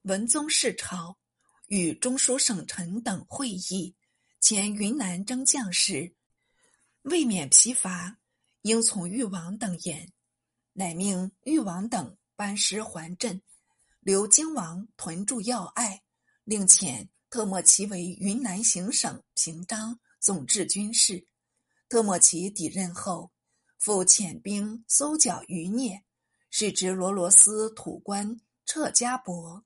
文宗视朝，与中书省臣等会议，前云南征将士，未免疲乏，应从誉王等言，乃命誉王等班师还镇，留京王屯驻要隘，另遣特莫奇为云南行省平章总制军事。特莫奇抵任后，复遣兵搜剿余孽，使至罗罗斯土官彻家伯，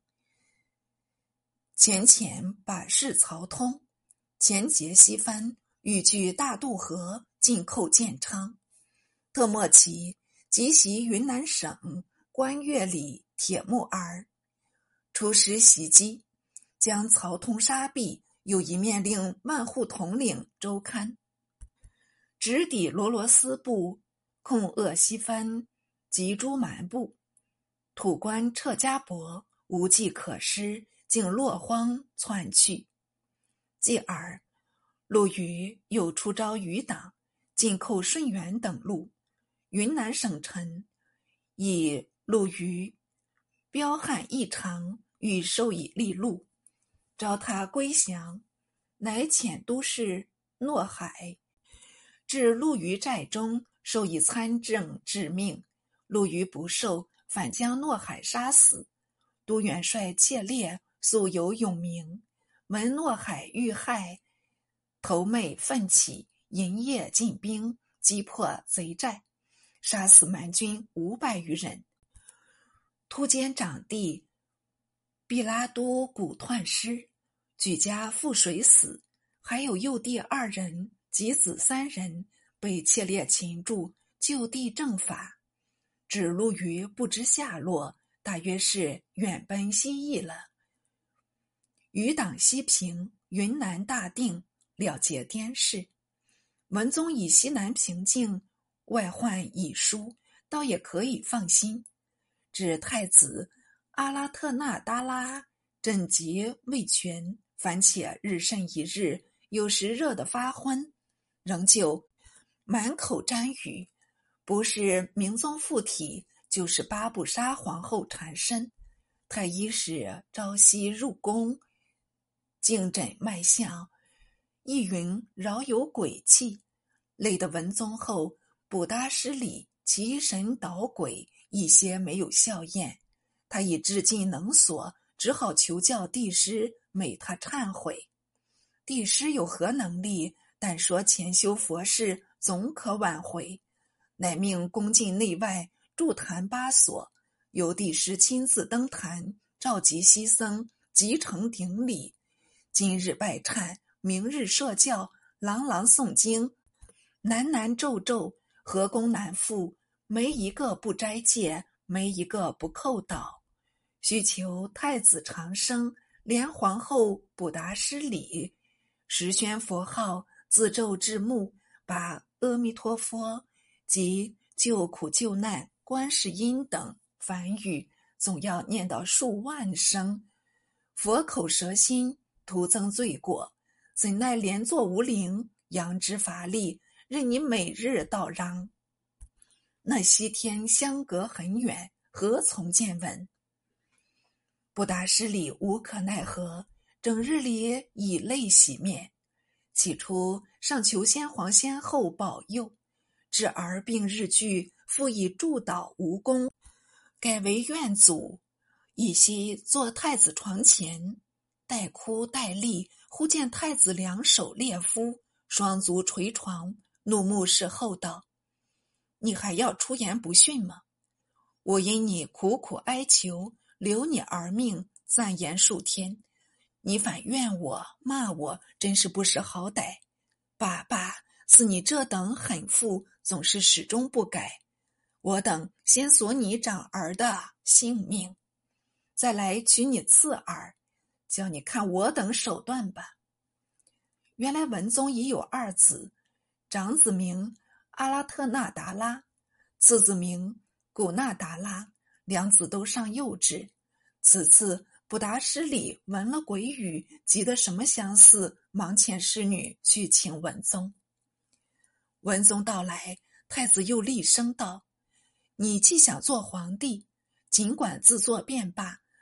遣把事曹通，前劫西番，欲据大渡河，进寇建昌。特莫奇即袭云南省官乐里铁木儿，出师袭击，将曹通杀毙，又一面令万户统领周刊，直抵罗罗斯部，控扼西番及诸蛮部。土官彻家伯无计可施，竟落荒窜去。继而陆虞又出招余党，进寇顺源等路。云南省臣以陆虞彪悍异常，欲授以利禄，召他归降，乃遣都事诺海至陆虞寨中，授以参政致命。陆虞不受，反将诺海杀死。都元帅切烈素有勇名，闻诺海遇害，头昧奋起，营夜进兵，击破贼寨，杀死蛮军500余人。突兼长弟毕拉都古彖失，举家赴水死，还有幼弟2人及子3人被切烈擒住，就地正法。指陆虞不知下落，大约是远奔西域了。余党西平，云南大定，了结颠事。文宗以西南平静，外患已疏，倒也可以放心。指太子阿拉特纳达拉整节未全，反且日甚一日，有时热得发昏，仍旧满口沾语，不是明宗附体，就是巴布沙皇后缠身。太医使朝夕入宫，镜诊脉象，亦云饶有鬼气，累得文宗后卜达失礼，奇神捣鬼，一些没有效验。他已至尽能所，只好求教帝师，美他忏悔。帝师有何能力？但说前修佛事，总可挽回。乃命宫禁内外筑坛8所，由帝师亲自登坛，召集西僧，集成顶礼。今日拜忏，明日设教，朗朗诵经，喃喃咒咒，河宫难复，没一个不斋戒，没一个不叩祷。须求太子长生，连皇后卜达失礼，时宣佛号，自咒至目，把阿弥陀佛及救苦救难观世音等梵语总要念到数万声，佛口舌心，徒增罪过，怎奈连坐无灵，扬之乏力，任你每日叨嚷。那西天相隔很远，何从见闻？不达失礼无可奈何，整日里以泪洗面。起初上求先皇先后保佑，至而病日剧，复以祝祷无功，改为怨祖。以夕坐太子床前，待哭待立，忽见太子两手列夫，双足捶床，怒目视后道：你还要出言不逊吗？我因你苦苦哀求，留你儿命，赞言数天，你反怨我骂我，真是不识好歹。爸，似你这等狠妇，总是始终不改，我等先索你长儿的性命，再来取你次儿，叫你看我等手段吧。原来文宗已有2子，长子名阿拉特纳达拉，次子名古纳达拉，2子都上幼稚。此次卜达失礼闻了鬼语，急得什么相似，忙遣侍女去请文宗。文宗到来，太子又厉声道：你既想做皇帝，尽管自作便罢，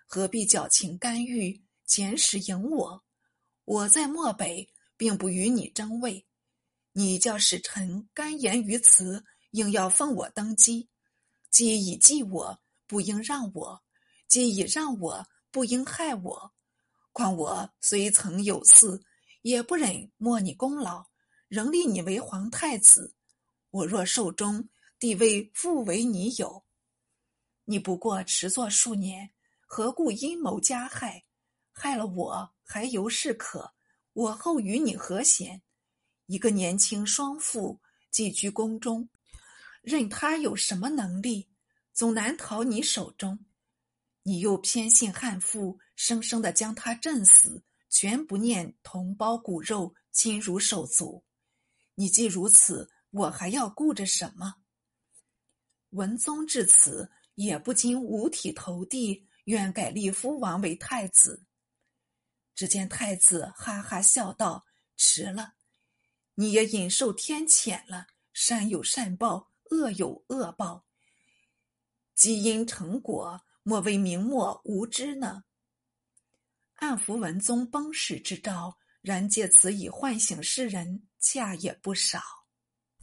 何必矫情干预，简使赢我？我在漠北，并不与你争位。你叫使臣甘言于此，硬要奉我登基。既已忌我，不应让我；既已让我，不应害我。况我虽曾有嗣，也不忍没你功劳，仍立你为皇太子。我若寿终，地位复为你有。你不过迟作数年，何故阴谋加害？害了我，还犹是可，我后与你何嫌？一个年轻双妇，寄居宫中，任他有什么能力，总难逃你手中。你又偏信悍妇，生生地将他震死，全不念同胞骨肉，亲如手足。你既如此，我还要顾着什么？文宗至此，也不禁五体投地，愿改立夫王为太子。只见太子哈哈笑道：迟了，你也引受天谴了，善有善报，恶有恶报。积因成果，莫为明末无知呢。暗伏文宗崩逝之兆，然借此以唤醒世人，恰也不少。